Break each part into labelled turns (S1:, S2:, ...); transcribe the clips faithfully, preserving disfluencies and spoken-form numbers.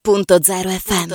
S1: Punto zero F M.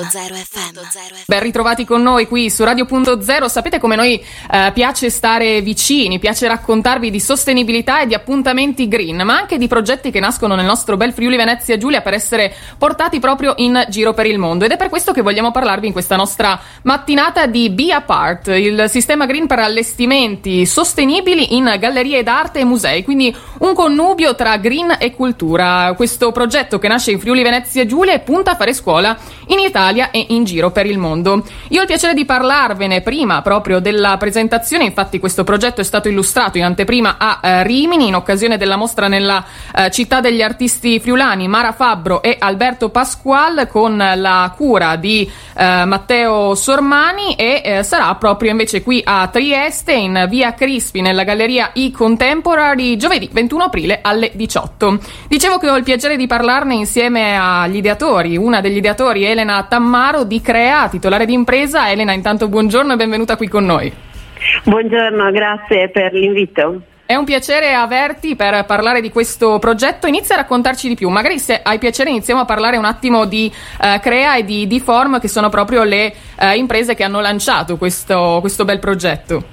S2: Ben ritrovati con noi qui su Radio Punto Zero. Sapete come noi eh, piace stare vicini, piace raccontarvi di sostenibilità e di appuntamenti green, ma anche di progetti che nascono nel nostro bel Friuli Venezia Giulia per essere portati proprio in giro per il mondo. Ed è per questo che vogliamo parlarvi in questa nostra mattinata di Be A Part, il sistema green per allestimenti sostenibili in gallerie d'arte e musei, quindi un connubio tra green e cultura. Questo progetto che nasce in Friuli Venezia Giulia e punta a fare scuola in Italia e in giro per il mondo. Io ho il piacere di parlarvene prima proprio della presentazione. Infatti questo progetto è stato illustrato in anteprima a eh, Rimini in occasione della mostra nella eh, città degli artisti friulani Mara Fabbro e Alberto Pasqual, con la cura di eh, Matteo Sormani, e eh, sarà proprio invece qui a Trieste in via Crispi nella galleria I Contemporary giovedì ventuno aprile alle diciotto. Dicevo che ho il piacere di parlarne insieme agli ideatori, una degli ideatori Elena Tammaro di Crea, titolare di impresa. Elena, intanto buongiorno e benvenuta qui con noi.
S3: Buongiorno, grazie per l'invito.
S2: È un piacere averti per parlare di questo progetto. Inizia a raccontarci di più, magari se hai piacere iniziamo a parlare un attimo di uh, Crea e di D-Form, che sono proprio le uh, imprese che hanno lanciato questo, questo bel progetto.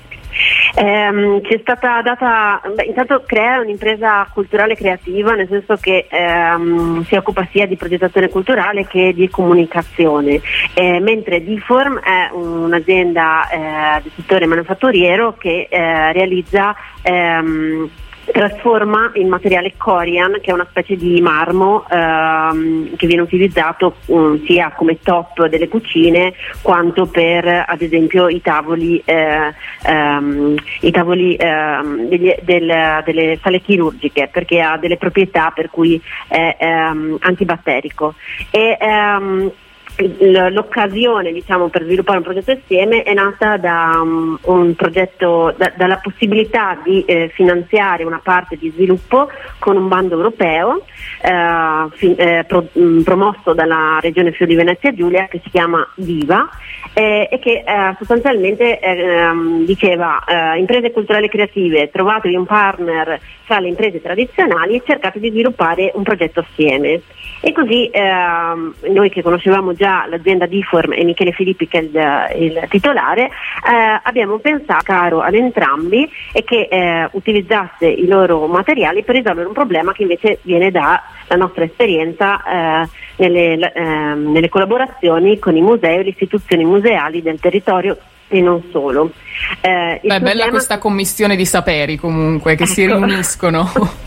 S3: Eh, ci è stata data, beh, intanto Crea è un'impresa culturale creativa, nel senso che ehm, si occupa sia di progettazione culturale che di comunicazione, eh, mentre D-Form è un'azienda eh, del settore manifatturiero che eh, realizza ehm, trasforma il materiale corian, che è una specie di marmo ehm, che viene utilizzato um, sia come top delle cucine quanto per ad esempio i tavoli eh, ehm, i tavoli ehm, degli, del, delle sale chirurgiche, perché ha delle proprietà per cui è ehm, antibatterico. E ehm, l'occasione, diciamo, per sviluppare un progetto insieme è nata da um, un progetto da, dalla possibilità di eh, finanziare una parte di sviluppo con un bando europeo eh, fi, eh, pro, mh, promosso dalla regione Friuli Venezia Giulia, che si chiama Viva, eh, e che eh, sostanzialmente eh, diceva eh, imprese culturali e creative, trovatevi un partner tra le imprese tradizionali e cercate di sviluppare un progetto assieme. E così ehm, noi che conoscevamo già l'azienda D-Form e Michele Filippi, che è il, il titolare, eh, abbiamo pensato caro ad entrambi e che eh, utilizzasse i loro materiali per risolvere un problema che invece viene dalla nostra esperienza eh, nelle, eh, nelle collaborazioni con i musei e le istituzioni museali del territorio e non solo. Eh,
S2: Beh, è bella questa commissione di saperi comunque che ecco. si riuniscono.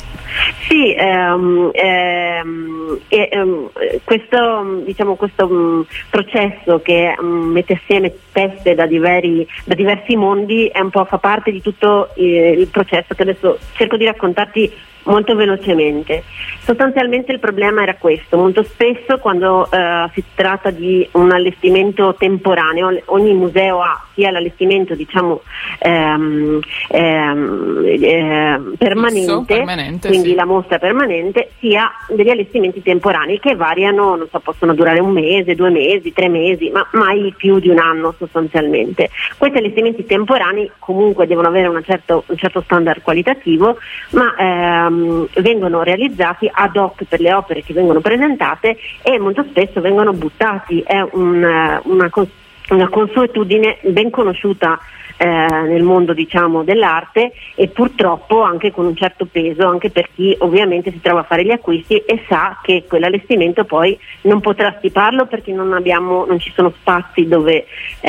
S3: Sì, ehm, ehm, ehm, questo, diciamo, questo um, processo che um, mette assieme teste da, diveri, da diversi mondi è un po' fa parte di tutto eh, il processo che adesso cerco di raccontarti molto velocemente. Sostanzialmente il problema era questo: molto spesso quando eh, si tratta di un allestimento temporaneo, ogni museo ha sia l'allestimento diciamo ehm, ehm, eh, permanente,
S2: permanente,
S3: quindi
S2: sì.
S3: la mostra permanente, sia degli allestimenti temporanei che variano, non so, possono durare un mese, due mesi, tre mesi, ma mai più di un anno sostanzialmente. Questi allestimenti temporanei comunque devono avere una certo, un certo standard qualitativo, ma ehm, vengono realizzati ad hoc per le opere che vengono presentate e molto spesso vengono buttati. È un, una, una consuetudine ben conosciuta eh, nel mondo, diciamo, dell'arte, e purtroppo anche con un certo peso, anche per chi ovviamente si trova a fare gli acquisti e sa che quell'allestimento poi non potrà stiparlo perché non abbiamo, non ci sono spazi dove,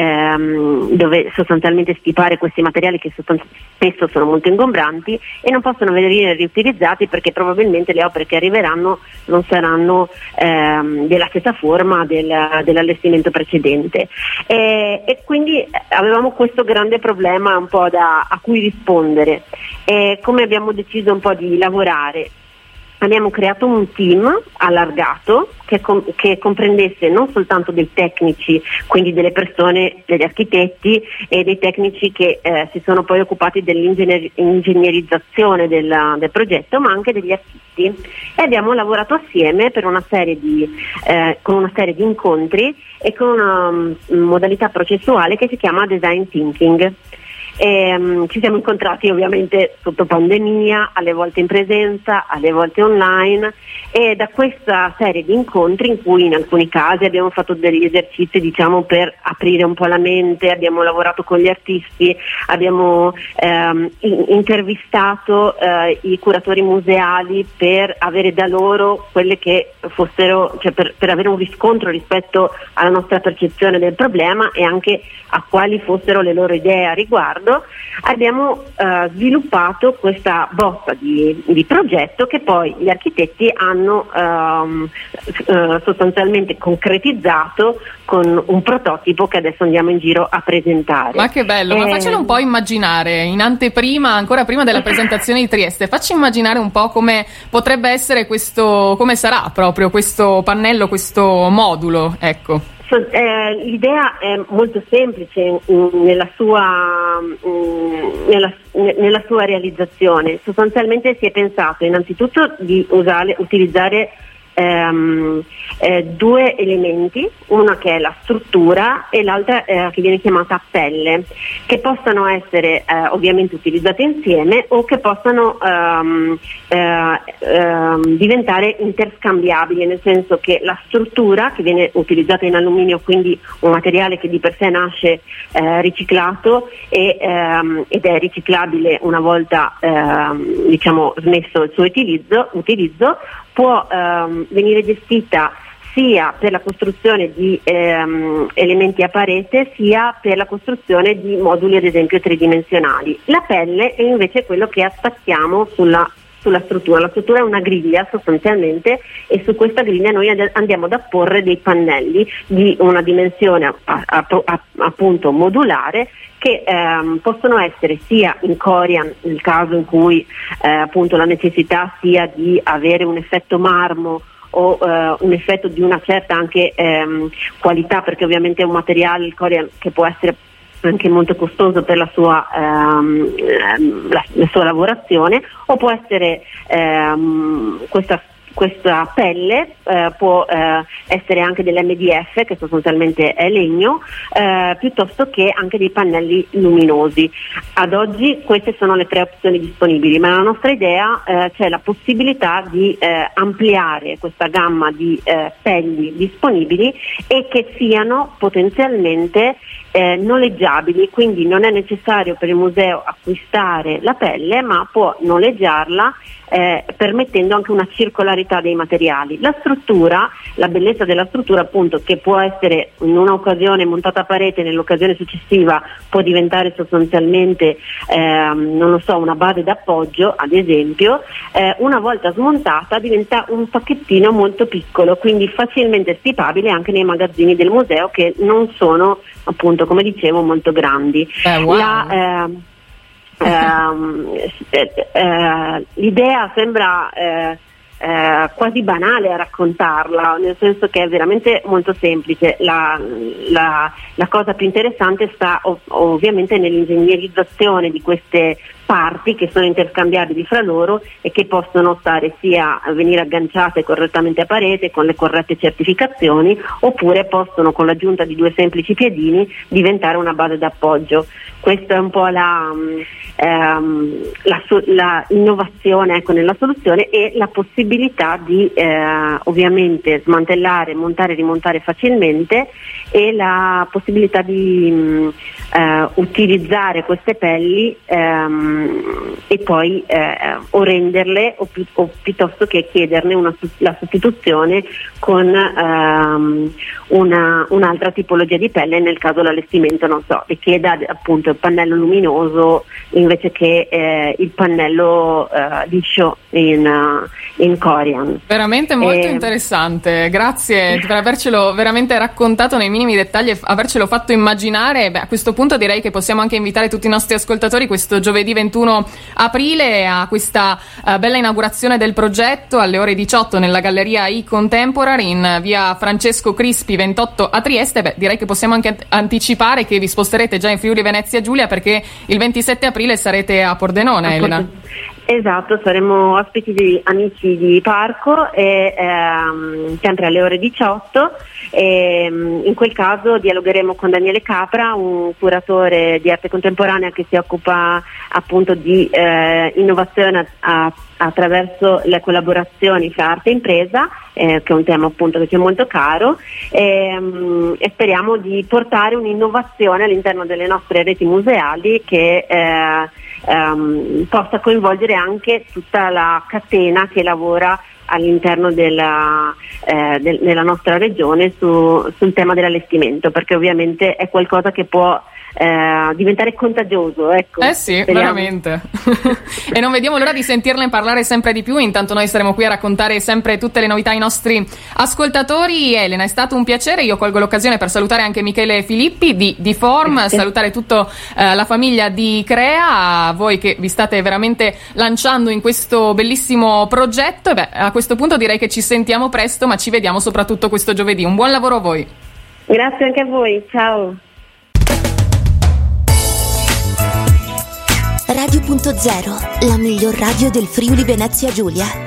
S3: ehm, dove sostanzialmente stipare questi materiali che sostan- spesso sono molto ingombranti e non possono venire riutilizzati perché probabilmente le opere che arriveranno non saranno ehm, della stessa forma del, dell'allestimento precedente. E, e quindi avevamo questo grande problema un po' da, a cui rispondere. E come abbiamo deciso un po' di lavorare? Abbiamo creato un team allargato che, com- che comprendesse non soltanto dei tecnici, quindi delle persone, degli architetti e dei tecnici che eh, si sono poi occupati dell'ingegnerizzazione del, del progetto, ma anche degli artisti, e abbiamo lavorato assieme per una serie di, eh, con una serie di incontri e con una um, modalità processuale che si chiama design thinking. E, um, ci siamo incontrati ovviamente sotto pandemia, alle volte in presenza, alle volte online, e da questa serie di incontri, in cui in alcuni casi abbiamo fatto degli esercizi diciamo per aprire un po' la mente, abbiamo lavorato con gli artisti, abbiamo ehm, intervistato eh, i curatori museali per avere da loro quelle che fossero, cioè per, per avere un riscontro rispetto alla nostra percezione del problema e anche a quali fossero le loro idee a riguardo. Abbiamo eh, sviluppato questa bozza di, di progetto che poi gli architetti hanno ehm, eh, sostanzialmente concretizzato con un prototipo che adesso andiamo in giro a presentare.
S2: Ma che bello, eh, ma faccelo un po' immaginare, in anteprima, ancora prima della presentazione di Trieste, facci immaginare un po' come potrebbe essere questo, come sarà proprio questo pannello, questo modulo, ecco.
S3: So, eh, l'idea è molto semplice mh, nella sua mh, nella, nella sua realizzazione. Sostanzialmente si è pensato innanzitutto di usare, utilizzare ehm, eh, due elementi, una che è la struttura e l'altra eh, che viene chiamata pelle, che possano essere eh, ovviamente utilizzate insieme o che possano ehm, eh, ehm, diventare interscambiabili, nel senso che la struttura, che viene utilizzata in alluminio, quindi un materiale che di per sé nasce eh, riciclato e, ehm, ed è riciclabile una volta ehm, diciamo smesso il suo utilizzo, utilizzo può ehm, venire gestita sia per la costruzione di ehm, elementi a parete sia per la costruzione di moduli ad esempio tridimensionali. La pelle è invece quello che attacchiamo sulla, sulla struttura. La struttura è una griglia sostanzialmente e su questa griglia noi ad- andiamo ad apporre dei pannelli di una dimensione a- a- a- appunto modulare che ehm, possono essere sia in Corian nel caso in cui eh, appunto la necessità sia di avere un effetto marmo o eh, un effetto di una certa anche ehm, qualità, perché ovviamente è un materiale, il Corian, che può essere anche molto costoso per la sua, ehm, la, la sua lavorazione, o può essere ehm, questa Questa pelle eh, può eh, essere anche dell'emme di effe, che sostanzialmente è legno, eh, piuttosto che anche dei pannelli luminosi. Ad oggi queste sono le tre opzioni disponibili, ma nella nostra idea eh, c'è la possibilità di eh, ampliare questa gamma di eh, pelli disponibili e che siano potenzialmente eh, noleggiabili, quindi non è necessario per il museo acquistare la pelle, ma può noleggiarla Eh, permettendo anche una circolarità dei materiali. La struttura, la bellezza della struttura appunto, che può essere in un'occasione montata a parete, nell'occasione successiva può diventare sostanzialmente ehm, non lo so, una base d'appoggio ad esempio, eh, una volta smontata diventa un pacchettino molto piccolo, quindi facilmente stipabile anche nei magazzini del museo, che non sono appunto, come dicevo, molto grandi.
S2: Eh, wow.
S3: La, ehm, Uh, eh, eh, l'idea sembra eh, eh, quasi banale a raccontarla, nel senso che è veramente molto semplice. La, la, la cosa più interessante sta ov- ovviamente nell'ingegnerizzazione di queste parti che sono interscambiabili fra loro e che possono stare sia venire agganciate correttamente a parete con le corrette certificazioni, oppure possono, con l'aggiunta di due semplici piedini, diventare una base d'appoggio. Questa è un po' la, ehm, la, la innovazione, ecco, nella soluzione, e la possibilità di eh, ovviamente smantellare, montare e rimontare facilmente, e la possibilità di mh, eh, utilizzare queste pelli ehm, e poi eh, o renderle o, pi- o piuttosto che chiederne una, la sostituzione con ehm, una, un'altra tipologia di pelle, nel caso l'allestimento, non so, richieda appunto il pannello luminoso invece che eh, il pannello eh, liscio in, uh, in Corian.
S2: Veramente molto
S3: e...
S2: interessante, grazie per avercelo veramente raccontato nei minimi dettagli e avercelo fatto immaginare. Beh, a questo punto direi che possiamo anche invitare tutti i nostri ascoltatori questo giovedì ventuno aprile a questa uh, bella inaugurazione del progetto alle ore diciotto nella Galleria I Contemporary in via Francesco Crispi ventotto a Trieste. Beh, direi che possiamo anche anticipare che vi sposterete già in Friuli Venezia Giulia, perché il ventisette aprile sarete a Pordenone, a Elena.
S3: Esatto, saremo ospiti di Amici di Parco e ehm, sempre alle ore diciotto e in quel caso dialogheremo con Daniele Capra, un curatore di arte contemporanea che si occupa appunto di eh, innovazione a, a, attraverso le collaborazioni fra arte e impresa, eh, che è un tema appunto che ci è molto caro e, um, e speriamo di portare un'innovazione all'interno delle nostre reti museali che eh, um, possa coinvolgere anche tutta la catena che lavora all'interno della, eh, del, della nostra regione su, sul tema dell'allestimento, perché ovviamente è qualcosa che può eh, diventare contagioso, ecco.
S2: Eh sì, speriamo. Veramente. E non vediamo l'ora di sentirne parlare sempre di più. Intanto noi saremo qui a raccontare sempre tutte le novità ai nostri ascoltatori. Elena, è stato un piacere. Io colgo l'occasione per salutare anche Michele Filippi di, di Form, sì. Salutare tutta eh, la famiglia di Crea, a voi che vi state veramente lanciando in questo bellissimo progetto. E beh, a questo punto direi che ci sentiamo presto, ma ci vediamo soprattutto questo giovedì. Un buon lavoro a voi.
S3: Grazie anche a voi, ciao.
S1: Radio punto zero, la miglior radio del Friuli Venezia Giulia.